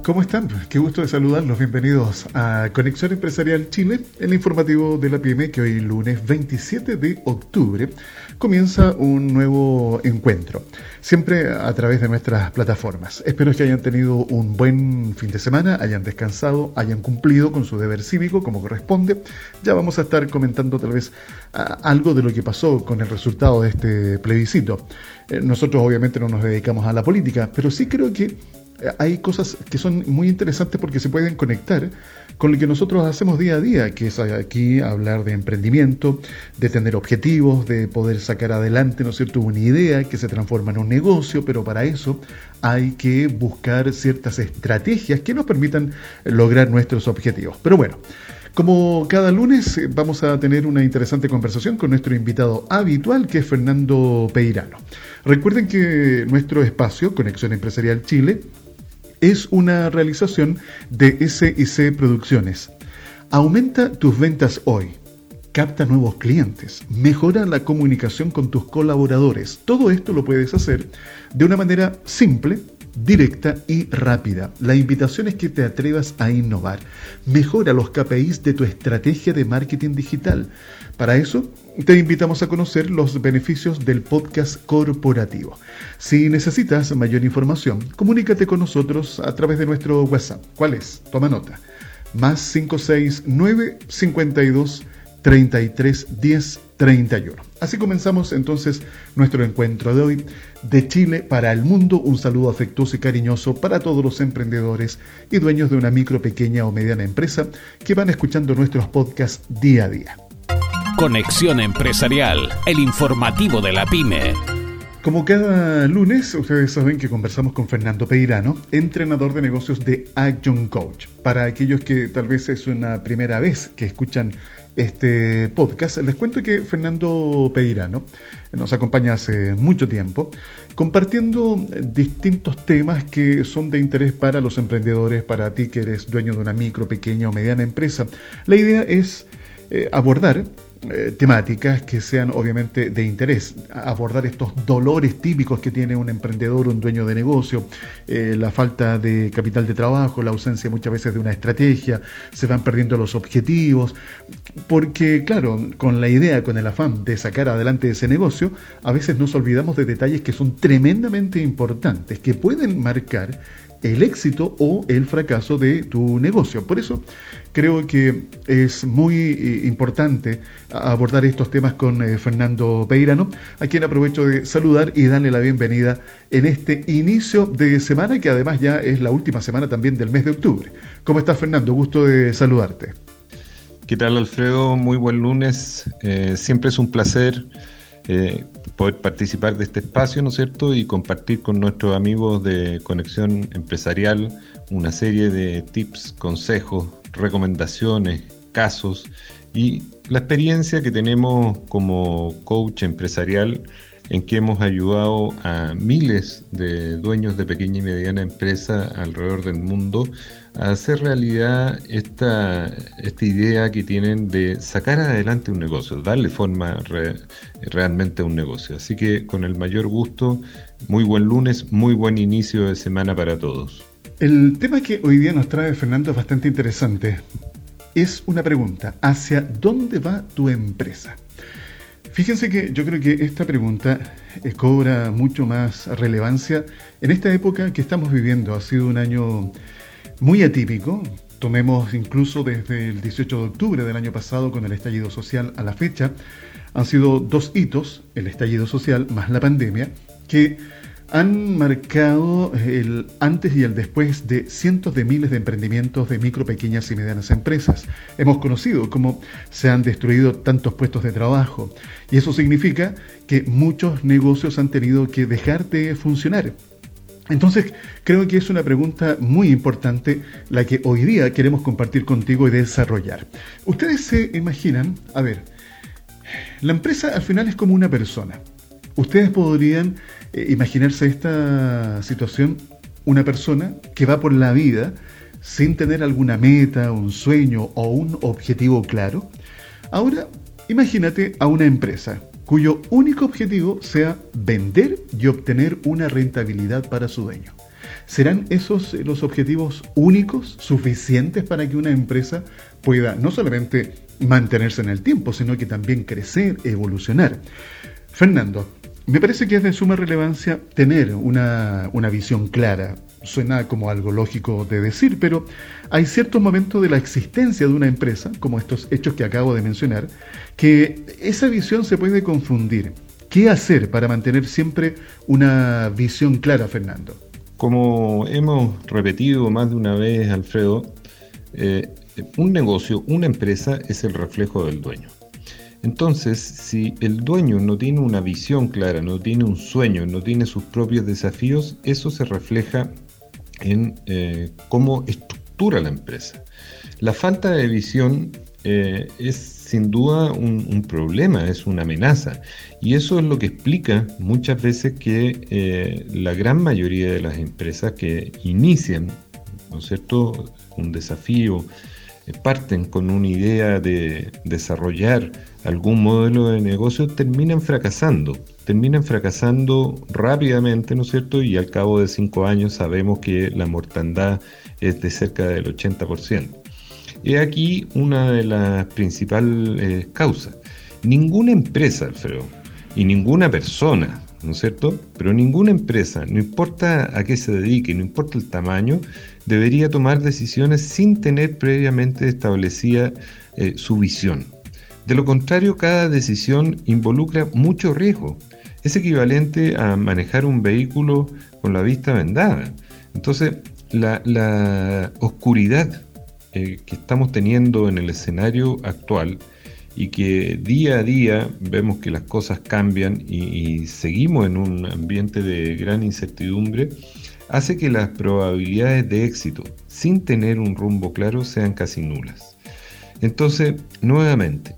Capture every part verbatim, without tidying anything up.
¿Cómo están? Qué gusto de saludarlos. Bienvenidos a Conexión Empresarial Chile, el informativo de la PYME, que hoy lunes veintisiete de octubre comienza un nuevo encuentro, siempre a través de nuestras plataformas. Espero que hayan tenido un buen fin de semana, hayan descansado, hayan cumplido con su deber cívico como corresponde. Ya vamos a estar comentando tal vez a, algo de lo que pasó con el resultado de este plebiscito. Eh, nosotros obviamente no nos dedicamos a la política, pero sí creo que hay cosas que son muy interesantes porque se pueden conectar con lo que nosotros hacemos día a día, que es aquí hablar de emprendimiento, de tener objetivos, de poder sacar adelante, ¿no es cierto?, una idea que se transforma en un negocio, pero para eso hay que buscar ciertas estrategias que nos permitan lograr nuestros objetivos. Pero bueno, como cada lunes vamos a tener una interesante conversación con nuestro invitado habitual, que es Fernando Peirano. Recuerden que nuestro espacio, Conexión Empresarial Chile, es una realización de S I C Producciones. Aumenta tus ventas hoy, capta nuevos clientes, mejora la comunicación con tus colaboradores. Todo esto lo puedes hacer de una manera simple, directa y rápida. La invitación es que te atrevas a innovar. Mejora los K P Is de tu estrategia de marketing digital. Para eso, te invitamos a conocer los beneficios del podcast corporativo. Si necesitas mayor información, comunícate con nosotros a través de nuestro WhatsApp. ¿Cuál es? Toma nota. Más cinco seis nueve, cincuenta y dos, treinta y tres, diez, treinta y uno. Así comenzamos entonces nuestro encuentro de hoy de Chile para el mundo. Un saludo afectuoso y cariñoso para todos los emprendedores y dueños de una micro, pequeña o mediana empresa que van escuchando nuestros podcasts día a día. Conexión Empresarial, el informativo de la PYME. Como cada lunes, ustedes saben que conversamos con Fernando Peirano, entrenador de negocios de Action Coach. Para aquellos que tal vez es una primera vez que escuchan este podcast, les cuento que Fernando Peirano nos acompaña hace mucho tiempo, compartiendo distintos temas que son de interés para los emprendedores, para ti que eres dueño de una micro, pequeña o mediana empresa. La idea es eh, abordar Eh, temáticas que sean obviamente de interés, abordar estos dolores típicos que tiene un emprendedor, un dueño de negocio, eh, la falta de capital de trabajo, la ausencia muchas veces de una estrategia, se van perdiendo los objetivos, porque claro, con la idea, con el afán de sacar adelante ese negocio, a veces nos olvidamos de detalles que son tremendamente importantes, que pueden marcar el éxito o el fracaso de tu negocio. Por eso creo que es muy eh, importante abordar estos temas con eh, Fernando Peirano, a quien aprovecho de saludar y darle la bienvenida en este inicio de semana, que además ya es la última semana también del mes de octubre. ¿Cómo estás, Fernando? Gusto de saludarte. ¿Qué tal, Alfredo? Muy buen lunes. Eh, siempre es un placer Eh, poder participar de este espacio, ¿no es cierto?, y compartir con nuestros amigos de Conexión Empresarial una serie de tips, consejos, recomendaciones, casos y la experiencia que tenemos como coach empresarial, en que hemos ayudado a miles de dueños de pequeña y mediana empresa alrededor del mundo a hacer realidad esta, esta idea que tienen de sacar adelante un negocio, darle forma re, realmente a un negocio. Así que con el mayor gusto, muy buen lunes, muy buen inicio de semana para todos. El tema que hoy día nos trae Fernando es bastante interesante. Es una pregunta: ¿hacia dónde va tu empresa? Fíjense que yo creo que esta pregunta eh, cobra mucho más relevancia en esta época que estamos viviendo. Ha sido un año muy atípico. Tomemos incluso desde el dieciocho de octubre del año pasado, con el estallido social, a la fecha. Han sido dos hitos, el estallido social más la pandemia, que han marcado el antes y el después de cientos de miles de emprendimientos de micro, pequeñas y medianas empresas. Hemos conocido cómo se han destruido tantos puestos de trabajo, y eso significa que muchos negocios han tenido que dejar de funcionar. Entonces, creo que es una pregunta muy importante la que hoy día queremos compartir contigo y desarrollar. Ustedes se imaginan, a ver, la empresa al final es como una persona. Ustedes podrían eh, imaginarse esta situación: una persona que va por la vida sin tener alguna meta, un sueño o un objetivo claro. Ahora, imagínate a una empresa cuyo único objetivo sea vender y obtener una rentabilidad para su dueño. ¿Serán esos los objetivos únicos, suficientes para que una empresa pueda no solamente mantenerse en el tiempo, sino que también crecer, evolucionar? Fernando, me parece que es de suma relevancia tener una, una visión clara. Suena como algo lógico de decir, pero hay ciertos momentos de la existencia de una empresa, como estos hechos que acabo de mencionar, que esa visión se puede confundir. ¿Qué hacer para mantener siempre una visión clara, Fernando? Como hemos repetido más de una vez, Alfredo, eh, un negocio, una empresa es el reflejo del dueño. Entonces, si el dueño no tiene una visión clara, no tiene un sueño, no tiene sus propios desafíos, eso se refleja en eh, cómo estructura la empresa. La falta de visión eh, es sin duda un, un problema, es una amenaza, y eso es lo que explica muchas veces que eh, la gran mayoría de las empresas que inician, ¿no es cierto?, un desafío, eh, parten con una idea de desarrollar algún modelo de negocio, terminan fracasando, terminan fracasando rápidamente, ¿no es cierto? Y al cabo de cinco años sabemos que la mortandad es de cerca del ochenta por ciento. Y aquí una de las principales eh, causas. Ninguna empresa, Alfredo, y ninguna persona, ¿no es cierto? Pero ninguna empresa, no importa a qué se dedique, no importa el tamaño, debería tomar decisiones sin tener previamente establecida eh, su visión. De lo contrario, cada decisión involucra mucho riesgo. Es equivalente a manejar un vehículo con la vista vendada. Entonces, la, la oscuridad eh, que estamos teniendo en el escenario actual y que día a día vemos que las cosas cambian y, y seguimos en un ambiente de gran incertidumbre, hace que las probabilidades de éxito sin tener un rumbo claro sean casi nulas. Entonces, nuevamente,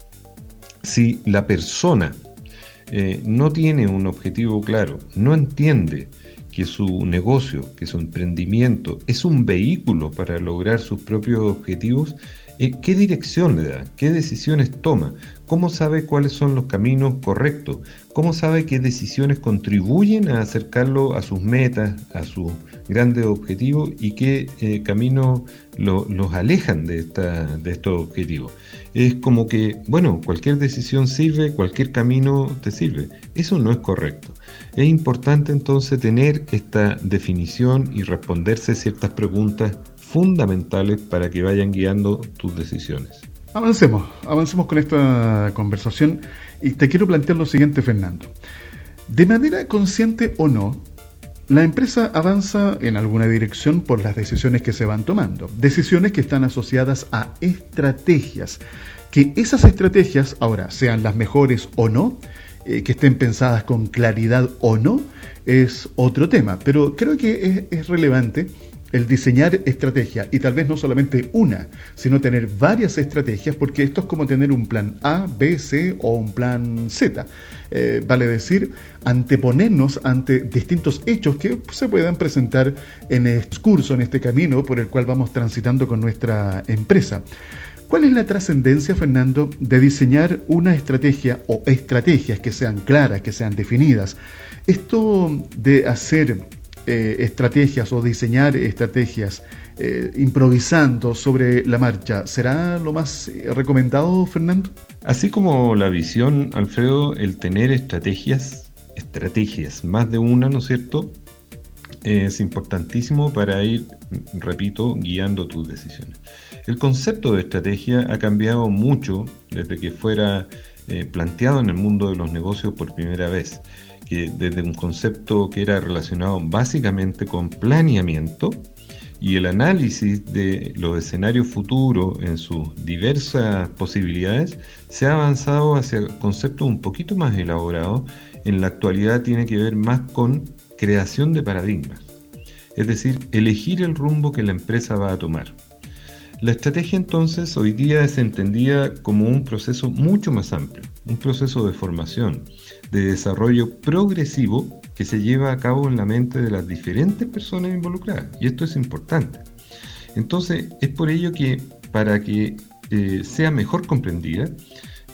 si la persona eh, no tiene un objetivo claro, no entiende que su negocio, que su emprendimiento es un vehículo para lograr sus propios objetivos, eh, ¿qué dirección le da? ¿Qué decisiones toma? ¿Cómo sabe cuáles son los caminos correctos? ¿Cómo sabe qué decisiones contribuyen a acercarlo a sus metas, a sus grandes objetivos y qué eh, caminos lo, los alejan de, esta, de estos objetivos? Es como que, bueno, cualquier decisión sirve, cualquier camino te sirve. Eso no es correcto. Es importante entonces tener esta definición y responderse ciertas preguntas fundamentales para que vayan guiando tus decisiones. Avancemos, avancemos con esta conversación y te quiero plantear lo siguiente, Fernando. De manera consciente o no, la empresa avanza en alguna dirección por las decisiones que se van tomando, decisiones que están asociadas a estrategias, que esas estrategias, ahora, sean las mejores o no, eh, que estén pensadas con claridad o no, es otro tema, pero creo que es, es relevante el diseñar estrategia, y tal vez no solamente una, sino tener varias estrategias, porque esto es como tener un plan A, B, C o un plan Z. Eh, vale decir, anteponernos ante distintos hechos que se puedan presentar en este curso, en este camino por el cual vamos transitando con nuestra empresa. ¿Cuál es la trascendencia, Fernando, de diseñar una estrategia o estrategias que sean claras, que sean definidas? Esto de hacer Eh, estrategias o diseñar estrategias eh, improvisando sobre la marcha, ¿será lo más eh, recomendado, Fernando? Así como la visión, Alfredo, el tener estrategias, estrategias, más de una, ¿no es cierto?, es importantísimo para ir, repito, guiando tus decisiones. El concepto de estrategia ha cambiado mucho desde que fuera eh, planteado en el mundo de los negocios por primera vez, que desde un concepto que era relacionado básicamente con planeamiento y el análisis de los escenarios futuros en sus diversas posibilidades, se ha avanzado hacia conceptos un poquito más elaborados. En la actualidad tiene que ver más con creación de paradigmas, es decir, elegir el rumbo que la empresa va a tomar. La estrategia entonces hoy día es entendida como un proceso mucho más amplio, un proceso de formación, de desarrollo progresivo que se lleva a cabo en la mente de las diferentes personas involucradas, y esto es importante. Entonces es por ello que para que eh, sea mejor comprendida,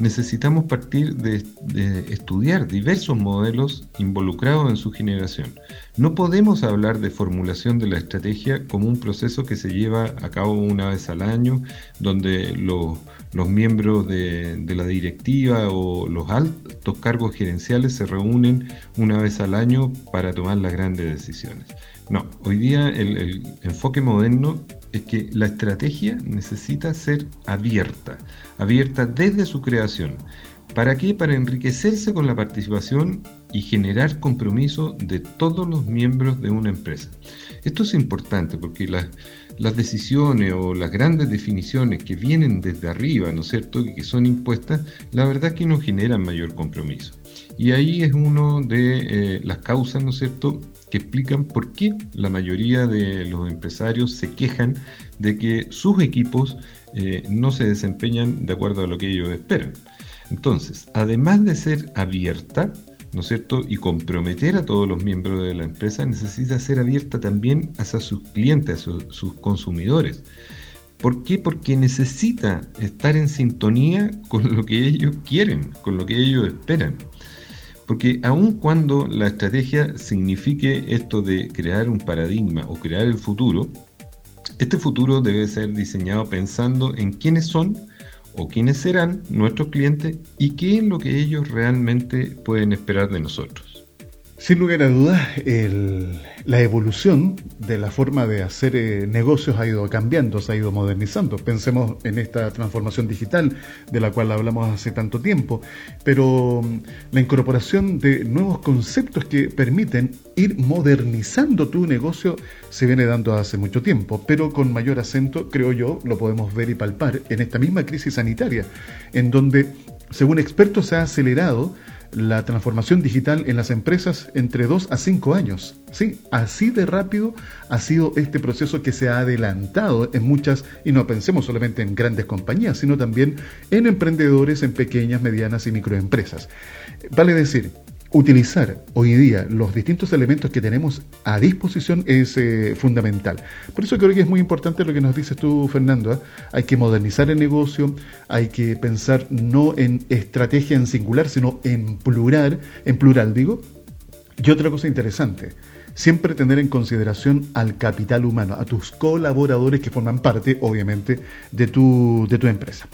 necesitamos partir de, de estudiar diversos modelos involucrados en su generación. No podemos hablar de formulación de la estrategia como un proceso que se lleva a cabo una vez al año, donde los, los miembros de, de la directiva o los altos cargos gerenciales se reúnen una vez al año para tomar las grandes decisiones. No, hoy día el, el enfoque moderno es que la estrategia necesita ser abierta, abierta desde su creación. ¿Para qué? Para enriquecerse con la participación y generar compromiso de todos los miembros de una empresa. Esto es importante porque las, las decisiones o las grandes definiciones que vienen desde arriba, ¿no es cierto?, y que son impuestas, la verdad es que no generan mayor compromiso. Y ahí es una de eh, las causas, ¿no es cierto?, que explican por qué la mayoría de los empresarios se quejan de que sus equipos eh, no se desempeñan de acuerdo a lo que ellos esperan. Entonces, además de ser abierta, ¿no es cierto?, y comprometer a todos los miembros de la empresa, necesita ser abierta también hacia sus clientes, a su, sus consumidores. ¿Por qué? Porque necesita estar en sintonía con lo que ellos quieren, con lo que ellos esperan. Porque aun cuando la estrategia signifique esto de crear un paradigma o crear el futuro, este futuro debe ser diseñado pensando en quiénes son o quiénes serán nuestros clientes y qué es lo que ellos realmente pueden esperar de nosotros. Sin lugar a dudas, el, la evolución de la forma de hacer eh, negocios ha ido cambiando, se ha ido modernizando. Pensemos en esta transformación digital de la cual hablamos hace tanto tiempo, pero um, la incorporación de nuevos conceptos que permiten ir modernizando tu negocio se viene dando hace mucho tiempo, pero con mayor acento, creo yo, lo podemos ver y palpar en esta misma crisis sanitaria, en donde, según expertos, se ha acelerado la transformación digital en las empresas entre dos a cinco años. Sí, así de rápido ha sido este proceso que se ha adelantado en muchas, y no pensemos solamente en grandes compañías, sino también en emprendedores, en pequeñas, medianas y microempresas. Vale decir, utilizar hoy día los distintos elementos que tenemos a disposición es eh, fundamental. Por eso creo que es muy importante lo que nos dices tú, Fernando, ¿eh? Hay que modernizar el negocio, hay que pensar no en estrategia en singular, sino en plural, en plural digo. Y otra cosa interesante, siempre tener en consideración al capital humano, a tus colaboradores que forman parte, obviamente, de tu, de tu empresa.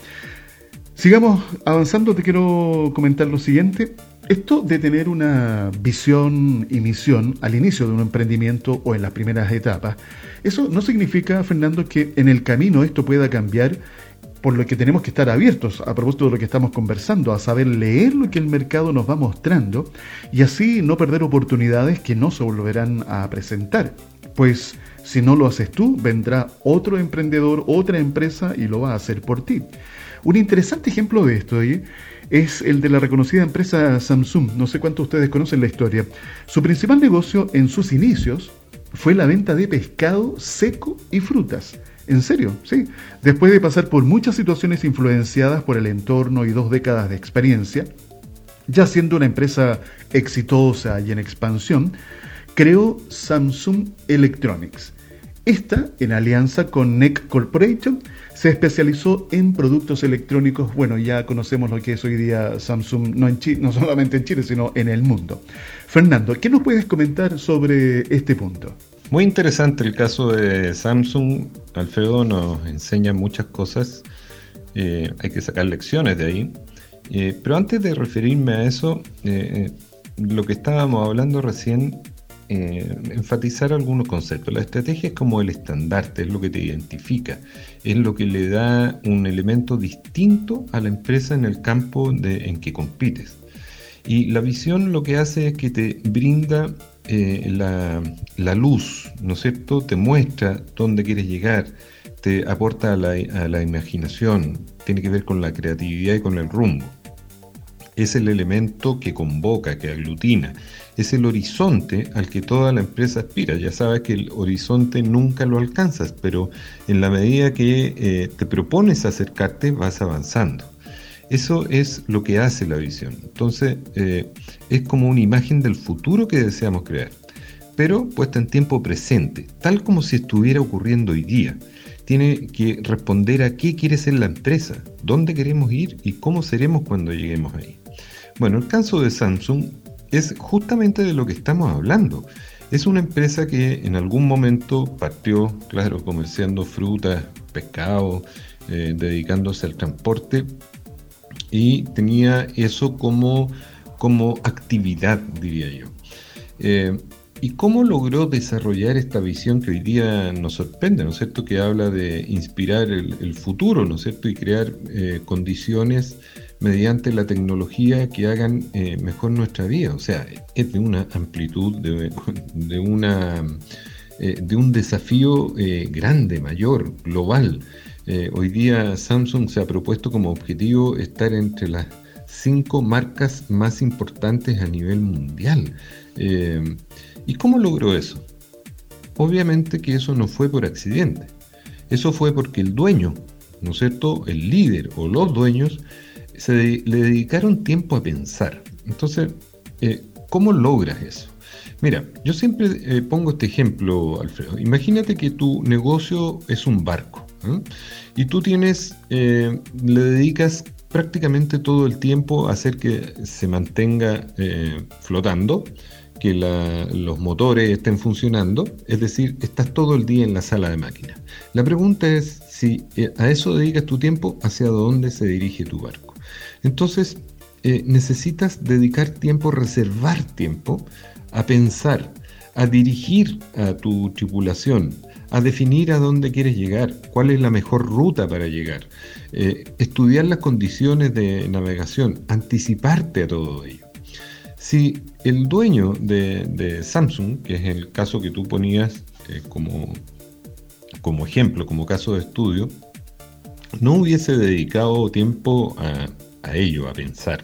Sigamos avanzando, te quiero comentar lo siguiente. Esto de tener una visión y misión al inicio de un emprendimiento o en las primeras etapas, eso no significa, Fernando, que en el camino esto pueda cambiar, por lo que tenemos que estar abiertos a propósito de lo que estamos conversando, a saber leer lo que el mercado nos va mostrando y así no perder oportunidades que no se volverán a presentar. Pues si no lo haces tú, vendrá otro emprendedor, otra empresa y lo va a hacer por ti. Un interesante ejemplo de esto, ¿eh? es el de la reconocida empresa Samsung. No sé cuántos de ustedes conocen la historia. Su principal negocio en sus inicios fue la venta de pescado seco y frutas. En serio, sí. Después de pasar por muchas situaciones influenciadas por el entorno y dos décadas de experiencia, ya siendo una empresa exitosa y en expansión, creó Samsung Electronics. Esta, en alianza con N E C Corporation, se especializó en productos electrónicos. Bueno, ya conocemos lo que es hoy día Samsung, no, en Chile, no solamente en Chile, sino en el mundo. Fernando, ¿qué nos puedes comentar sobre este punto? Muy interesante el caso de Samsung. Alfredo nos enseña muchas cosas, eh, hay que sacar lecciones de ahí. Eh, pero antes de referirme a eso, eh, lo que estábamos hablando recién, Eh, enfatizar algunos conceptos. La estrategia es como el estandarte, es lo que te identifica, es lo que le da un elemento distinto a la empresa en el campo de, en que compites. Y la visión lo que hace es que te brinda eh, la, la luz, ¿no es cierto? Te muestra dónde quieres llegar, te aporta a la, a la imaginación, tiene que ver con la creatividad y con el rumbo. Es el elemento que convoca, que aglutina. Es el horizonte al que toda la empresa aspira. Ya sabes que el horizonte nunca lo alcanzas, pero en la medida que eh, te propones acercarte, vas avanzando. Eso es lo que hace la visión. Entonces, eh, es como una imagen del futuro que deseamos crear, pero puesta en tiempo presente, tal como si estuviera ocurriendo hoy día. tiene que responder a qué quiere ser la empresa, dónde queremos ir y cómo seremos cuando lleguemos ahí. Bueno, el caso de Samsung es justamente de lo que estamos hablando. Es una empresa que en algún momento partió, claro, comerciando frutas, pescado, eh, dedicándose al transporte, y tenía eso como, como actividad, diría yo. Eh, ¿Y cómo logró desarrollar esta visión que hoy día nos sorprende, ¿no es cierto?, que habla de inspirar el, el futuro, ¿no es cierto?, y crear eh, condiciones mediante la tecnología que hagan eh, mejor nuestra vida. O sea, es de una amplitud, de, de, una, eh, de un desafío eh, grande, mayor, global. Eh, hoy día Samsung se ha propuesto como objetivo estar entre las cinco marcas más importantes a nivel mundial. Eh, ¿Y cómo logró eso? Obviamente que eso no fue por accidente. Eso fue porque el dueño, ¿no es cierto?, el líder o los dueños se de, le dedicaron tiempo a pensar. Entonces, eh, ¿cómo logras eso? Mira, yo siempre eh, pongo este ejemplo, Alfredo. Imagínate que tu negocio es un barco, ¿eh? Y tú tienes, eh, le dedicas prácticamente todo el tiempo a hacer que se mantenga eh, flotando, que la, los motores estén funcionando, es decir, estás todo el día en la sala de máquinas. La pregunta es si eh, a eso dedicas tu tiempo, ¿hacia dónde se dirige tu barco? Entonces, eh, necesitas dedicar tiempo, reservar tiempo a pensar, a dirigir a tu tripulación, a definir a dónde quieres llegar, cuál es la mejor ruta para llegar, eh, estudiar las condiciones de navegación, anticiparte a todo ello. Si el dueño de, de Samsung, que es el caso que tú ponías eh, como, como ejemplo, como caso de estudio, no hubiese dedicado tiempo a, a ello, a pensar,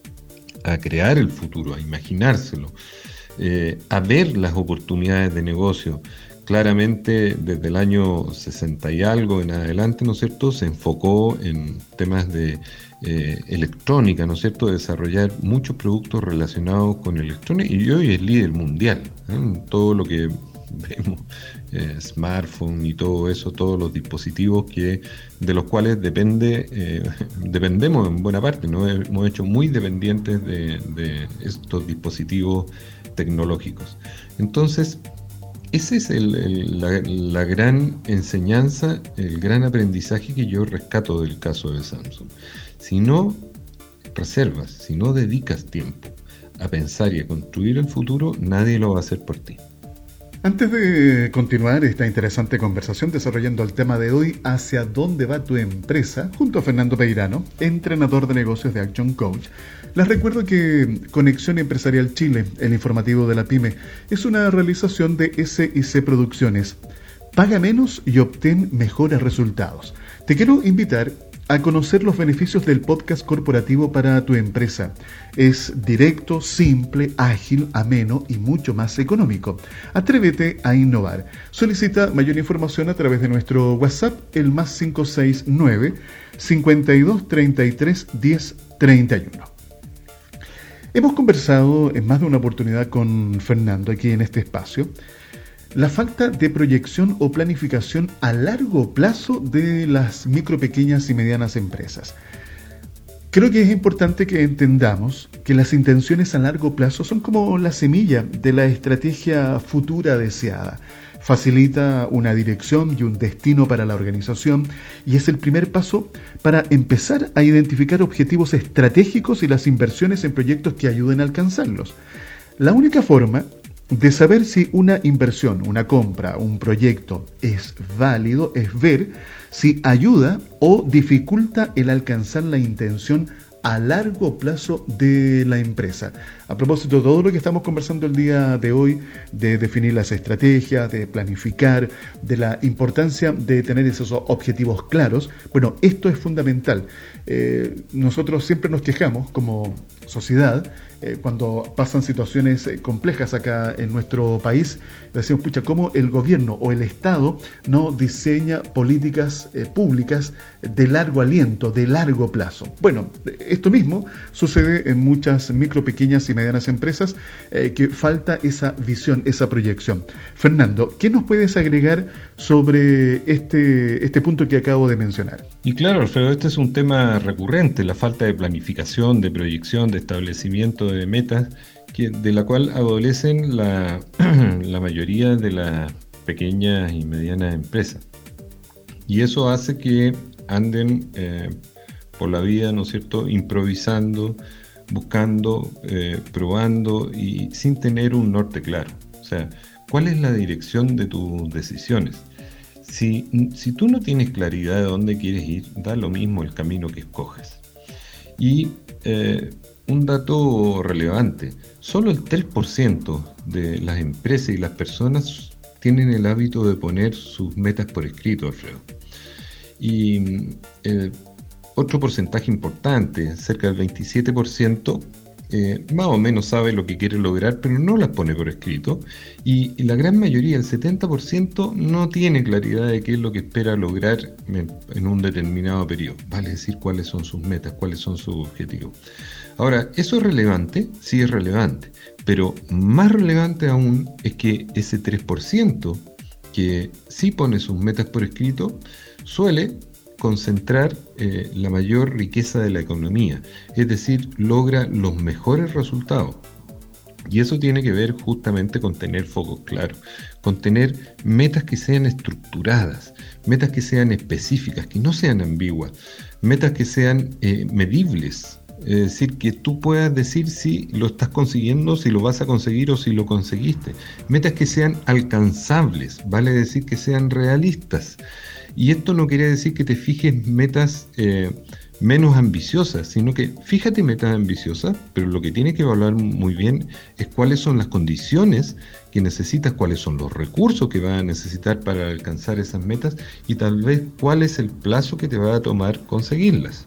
a crear el futuro, a imaginárselo, eh, a ver las oportunidades de negocio, claramente desde el año sesenta y algo en adelante, ¿no es cierto?, se enfocó en temas de eh, electrónica, ¿no es cierto?, desarrollar muchos productos relacionados con electrónica, y hoy es líder mundial, ¿eh? Todo lo que vemos, eh, smartphone y todo eso, todos los dispositivos que de los cuales depende, eh, dependemos en buena parte, nos hemos hecho muy dependientes de, de estos dispositivos tecnológicos. Entonces, esa es el, el, la, la gran enseñanza, el gran aprendizaje que yo rescato del caso de Samsung. Si no reservas, si no dedicas tiempo a pensar y a construir el futuro, nadie lo va a hacer por ti. Antes de continuar esta interesante conversación desarrollando el tema de hoy, ¿hacia dónde va tu empresa?, junto a Fernando Peirano, entrenador de negocios de Action Coach, les recuerdo que Conexión Empresarial Chile, el informativo de la PYME, es una realización de S I C Producciones. Paga menos y obtén mejores resultados. Te quiero invitar a conocer los beneficios del podcast corporativo para tu empresa. Es directo, simple, ágil, ameno y mucho más económico. Atrévete a innovar. Solicita mayor información a través de nuestro WhatsApp, el más cinco seis nueve, cincuenta y dos, treinta y tres, diez, treinta y uno. Hemos conversado en más de una oportunidad con Fernando aquí en este espacio la falta de proyección o planificación a largo plazo de las micro, pequeñas y medianas empresas. Creo que es importante que entendamos que las intenciones a largo plazo son como la semilla de la estrategia futura deseada. Facilita una dirección y un destino para la organización y es el primer paso para empezar a identificar objetivos estratégicos y las inversiones en proyectos que ayuden a alcanzarlos. La única forma de saber si una inversión, una compra, un proyecto es válido es ver si ayuda o dificulta el alcanzar la intención a largo plazo de la empresa. A propósito de todo lo que estamos conversando el día de hoy, de definir las estrategias, de planificar, de la importancia de tener esos objetivos claros, bueno, esto es fundamental. Eh, nosotros siempre nos quejamos como sociedad eh, cuando pasan situaciones eh, complejas acá en nuestro país, decimos, pucha, ¿cómo el gobierno o el Estado no diseña políticas eh, públicas de largo aliento, de largo plazo? Bueno, esto mismo sucede en muchas micro, pequeñas y medianas empresas, eh, que falta esa visión, esa proyección. Fernando, ¿qué nos puedes agregar sobre este, este punto que acabo de mencionar? Y claro, Alfredo, este es un tema recurrente, la falta de planificación, de proyección, de establecimiento de metas, que, de la cual adolecen la, la mayoría de las pequeñas y medianas empresas. Y eso hace que anden eh, por la vida, ¿no es cierto?, improvisando, buscando, eh, probando y sin tener un norte claro. O sea, ¿cuál es la dirección de tus decisiones? Si, si tú no tienes claridad de dónde quieres ir, da lo mismo el camino que escoges. Y eh, un dato relevante, solo el tres por ciento de las empresas y las personas tienen el hábito de poner sus metas por escrito, Alfredo. Y eh, otro porcentaje importante, cerca del veintisiete por ciento, Eh, más o menos sabe lo que quiere lograr, pero no las pone por escrito, y, y la gran mayoría, el setenta por ciento, no tiene claridad de qué es lo que espera lograr en, en un determinado periodo, vale decir, cuáles son sus metas, cuáles son sus objetivos. Ahora, ¿eso es relevante? Sí, es relevante, pero más relevante aún es que ese tres por ciento que sí pone sus metas por escrito suele concentrar eh, la mayor riqueza de la economía, es decir, logra los mejores resultados. Y eso tiene que ver justamente con tener focos claros, con tener metas que sean estructuradas, metas que sean específicas, que no sean ambiguas, metas que sean eh, medibles, es decir, que tú puedas decir si lo estás consiguiendo, si lo vas a conseguir o si lo conseguiste. Metas que sean alcanzables, vale decir que sean realistas. Y esto no quiere decir que te fijes metas eh, menos ambiciosas, sino que fíjate metas ambiciosas, pero lo que tienes que evaluar muy bien es cuáles son las condiciones que necesitas, cuáles son los recursos que vas a necesitar para alcanzar esas metas y tal vez cuál es el plazo que te va a tomar conseguirlas.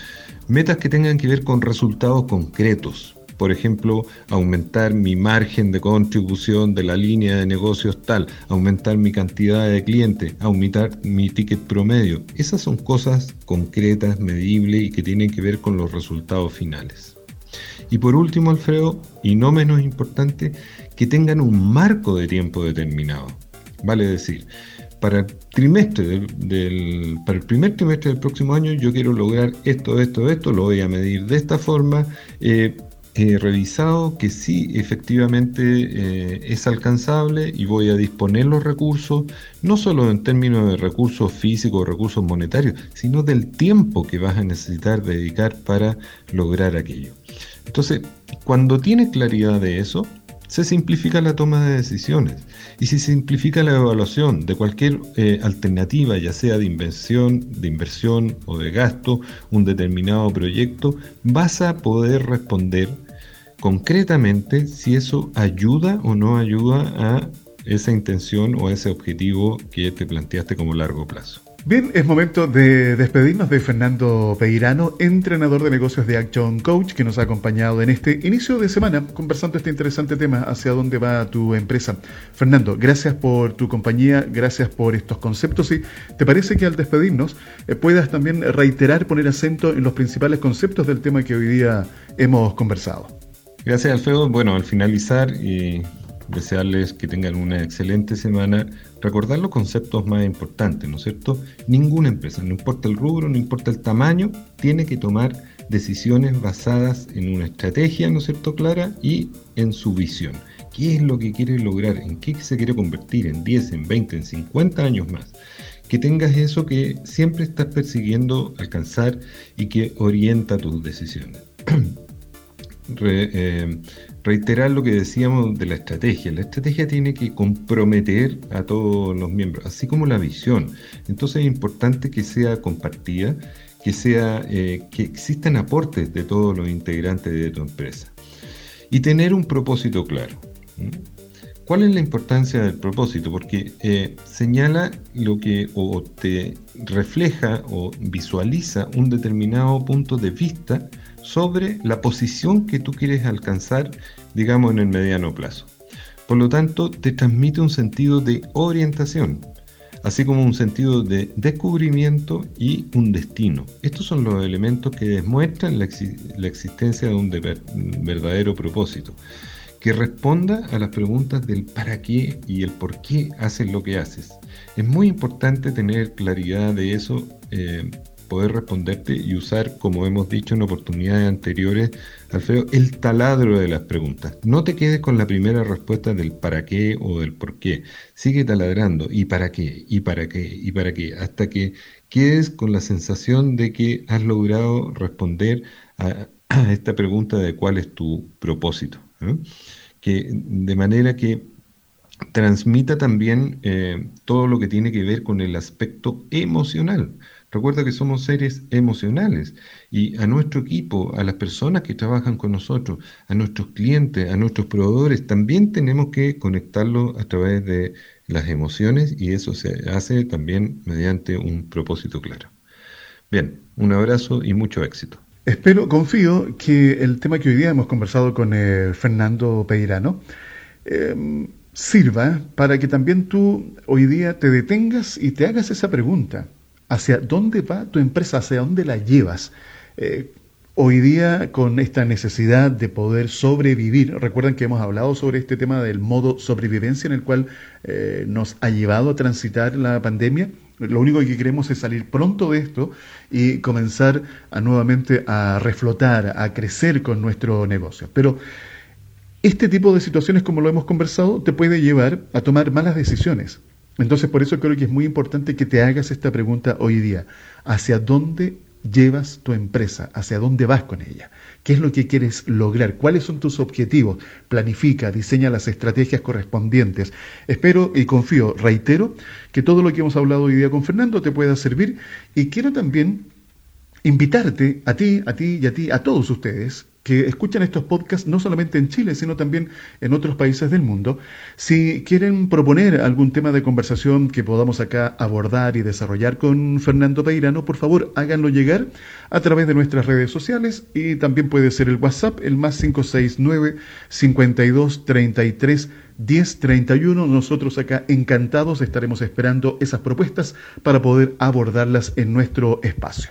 Metas que tengan que ver con resultados concretos. Por ejemplo, aumentar mi margen de contribución de la línea de negocios tal, aumentar mi cantidad de clientes, aumentar mi ticket promedio. Esas son cosas concretas, medibles y que tienen que ver con los resultados finales. Y por último, Alfredo, y no menos importante, que tengan un marco de tiempo determinado. Vale decir, para el trimestre del, del, para el primer trimestre del próximo año yo quiero lograr esto, esto, esto, lo voy a medir de esta forma. Eh, He revisado que sí, efectivamente eh, es alcanzable y voy a disponer los recursos, no solo en términos de recursos físicos, recursos monetarios, sino del tiempo que vas a necesitar dedicar para lograr aquello. Entonces, cuando tienes claridad de eso, se simplifica la toma de decisiones y se simplifica la evaluación de cualquier eh, alternativa, ya sea de inversión, de inversión o de gasto, un determinado proyecto, vas a poder responder concretamente si eso ayuda o no ayuda a esa intención o a ese objetivo que te planteaste como largo plazo. Bien, es momento de despedirnos de Fernando Peirano, entrenador de negocios de Action Coach, que nos ha acompañado en este inicio de semana conversando este interesante tema, hacia dónde va tu empresa. Fernando, gracias por tu compañía, gracias por estos conceptos y ¿te parece que al despedirnos eh, puedas también reiterar, poner acento en los principales conceptos del tema que hoy día hemos conversado? Gracias, Alfredo. Bueno, al finalizar y desearles que tengan una excelente semana, recordar los conceptos más importantes, ¿no es cierto? Ninguna empresa, no importa el rubro, no importa el tamaño, tiene que tomar decisiones basadas en una estrategia, ¿no es cierto?, clara y en su visión. ¿Qué es lo que quiere lograr? ¿En qué se quiere convertir? ¿En diez, en veinte, en cincuenta años más? Que tengas eso que siempre estás persiguiendo alcanzar y que orienta tus decisiones. Re, eh, reiterar lo que decíamos de la estrategia. La estrategia tiene que comprometer a todos los miembros, así como la visión. Entonces es importante que sea compartida, que sea eh, que existan aportes de todos los integrantes de tu empresa y tener un propósito claro. ¿Cuál es la importancia del propósito? Porque eh, señala lo que o te refleja o visualiza un determinado punto de vista sobre la posición que tú quieres alcanzar, digamos, en el mediano plazo. Por lo tanto, te transmite un sentido de orientación, así como un sentido de descubrimiento y un destino. Estos son los elementos que demuestran la, ex- la existencia de un de- verdadero propósito, que responda a las preguntas del para qué y el por qué haces lo que haces. Es muy importante tener claridad de eso, eh, poder responderte y usar, como hemos dicho en oportunidades anteriores, Alfredo, el taladro de las preguntas. No te quedes con la primera respuesta del para qué o del por qué. Sigue taladrando y para qué, y para qué, y para qué, hasta que quedes con la sensación de que has logrado responder a, a esta pregunta de cuál es tu propósito, ¿eh? Que, de manera que transmita también eh, todo lo que tiene que ver con el aspecto emocional. Recuerda que somos seres emocionales y a nuestro equipo, a las personas que trabajan con nosotros, a nuestros clientes, a nuestros proveedores, también tenemos que conectarlo a través de las emociones y eso se hace también mediante un propósito claro. Bien, un abrazo y mucho éxito. Espero, confío que el tema que hoy día hemos conversado con eh, Fernando Peirano eh, sirva para que también tú hoy día te detengas y te hagas esa pregunta. ¿Hacia dónde va tu empresa? ¿Hacia dónde la llevas? Eh, hoy día, con esta necesidad de poder sobrevivir, recuerdan que hemos hablado sobre este tema del modo sobrevivencia en el cual eh, nos ha llevado a transitar la pandemia. Lo único que queremos es salir pronto de esto y comenzar a nuevamente a reflotar, a crecer con nuestro negocio. Pero este tipo de situaciones, como lo hemos conversado, te puede llevar a tomar malas decisiones. Entonces, por eso creo que es muy importante que te hagas esta pregunta hoy día. ¿Hacia dónde llevas tu empresa? ¿Hacia dónde vas con ella? ¿Qué es lo que quieres lograr? ¿Cuáles son tus objetivos? Planifica, diseña las estrategias correspondientes. Espero y confío, reitero, que todo lo que hemos hablado hoy día con Fernando te pueda servir y quiero también invitarte a ti, a ti y a ti, a todos ustedes que escuchan estos podcasts no solamente en Chile, sino también en otros países del mundo. Si quieren proponer algún tema de conversación que podamos acá abordar y desarrollar con Fernando Peirano, por favor háganlo llegar a través de nuestras redes sociales y también puede ser el WhatsApp, el más cinco seis nueve, cincuenta y dos, treinta y tres, diez, treinta y uno. Nosotros acá encantados estaremos esperando esas propuestas para poder abordarlas en nuestro espacio.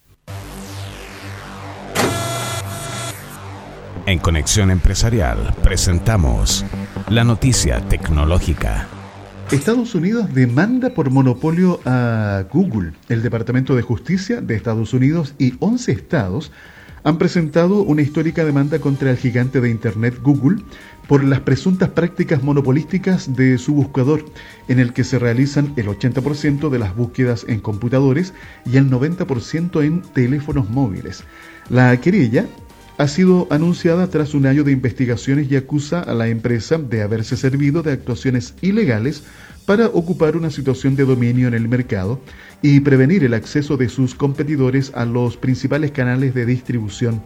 En Conexión Empresarial presentamos la noticia tecnológica. Estados Unidos demanda por monopolio a Google. El Departamento de Justicia de Estados Unidos y once estados han presentado una histórica demanda contra el gigante de Internet Google por las presuntas prácticas monopolísticas de su buscador, en el que se realizan el ochenta por ciento de las búsquedas en computadores y el noventa por ciento en teléfonos móviles. La querella ha sido anunciada tras un año de investigaciones y acusa a la empresa de haberse servido de actuaciones ilegales para ocupar una situación de dominio en el mercado y prevenir el acceso de sus competidores a los principales canales de distribución.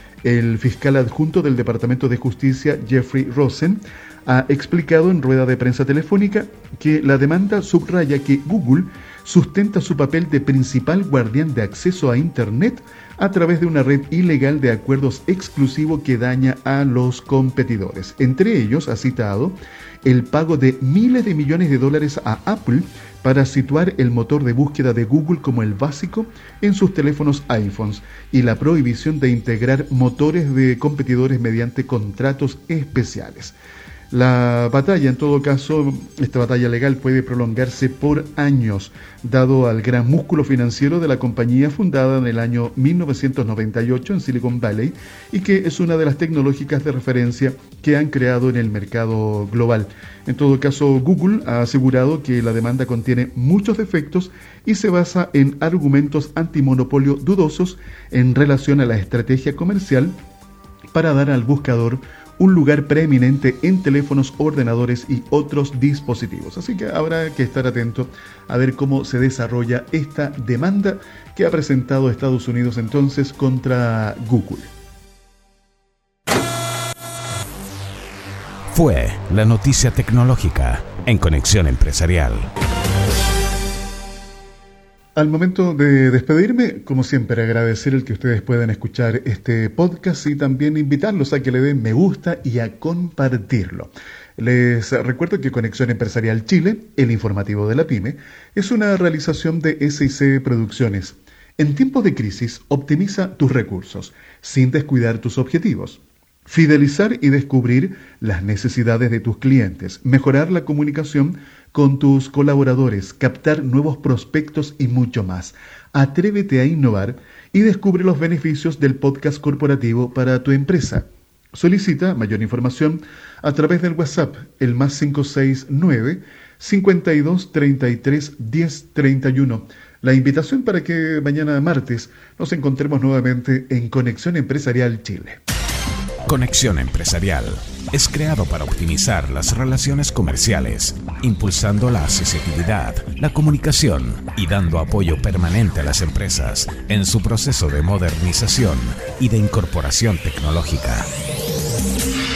El fiscal adjunto del Departamento de Justicia, Jeffrey Rosen, ha explicado en rueda de prensa telefónica que la demanda subraya que Google sustenta su papel de principal guardián de acceso a Internet a través de una red ilegal de acuerdos exclusivos que daña a los competidores. Entre ellos, ha citado el pago de miles de millones de dólares a Apple para situar el motor de búsqueda de Google como el básico en sus teléfonos iPhones y la prohibición de integrar motores de competidores mediante contratos especiales. La batalla, en todo caso, esta batalla legal puede prolongarse por años, dado al gran músculo financiero de la compañía fundada en el año mil novecientos noventa y ocho en Silicon Valley y que es una de las tecnológicas de referencia que han creado en el mercado global. En todo caso, Google ha asegurado que la demanda contiene muchos defectos y se basa en argumentos antimonopolio dudosos en relación a la estrategia comercial para dar al buscador un lugar preeminente en teléfonos, ordenadores y otros dispositivos. Así que habrá que estar atento a ver cómo se desarrolla esta demanda que ha presentado Estados Unidos entonces contra Google. Fue la noticia tecnológica en Conexión Empresarial. Al momento de despedirme, como siempre, agradecer el que ustedes puedan escuchar este podcast y también invitarlos a que le den me gusta y a compartirlo. Les recuerdo que Conexión Empresarial Chile, el informativo de la PYME, es una realización de S I C Producciones. En tiempos de crisis, optimiza tus recursos, sin descuidar tus objetivos. Fidelizar y descubrir las necesidades de tus clientes, mejorar la comunicación con tus colaboradores, captar nuevos prospectos y mucho más. Atrévete a innovar y descubre los beneficios del podcast corporativo para tu empresa. Solicita mayor información a través del WhatsApp, el más cinco seis nueve, cincuenta y dos, treinta y tres, diez, treinta y uno. La invitación para que mañana martes nos encontremos nuevamente en Conexión Empresarial Chile. Conexión Empresarial es creado para optimizar las relaciones comerciales, impulsando la accesibilidad, la comunicación y dando apoyo permanente a las empresas en su proceso de modernización y de incorporación tecnológica.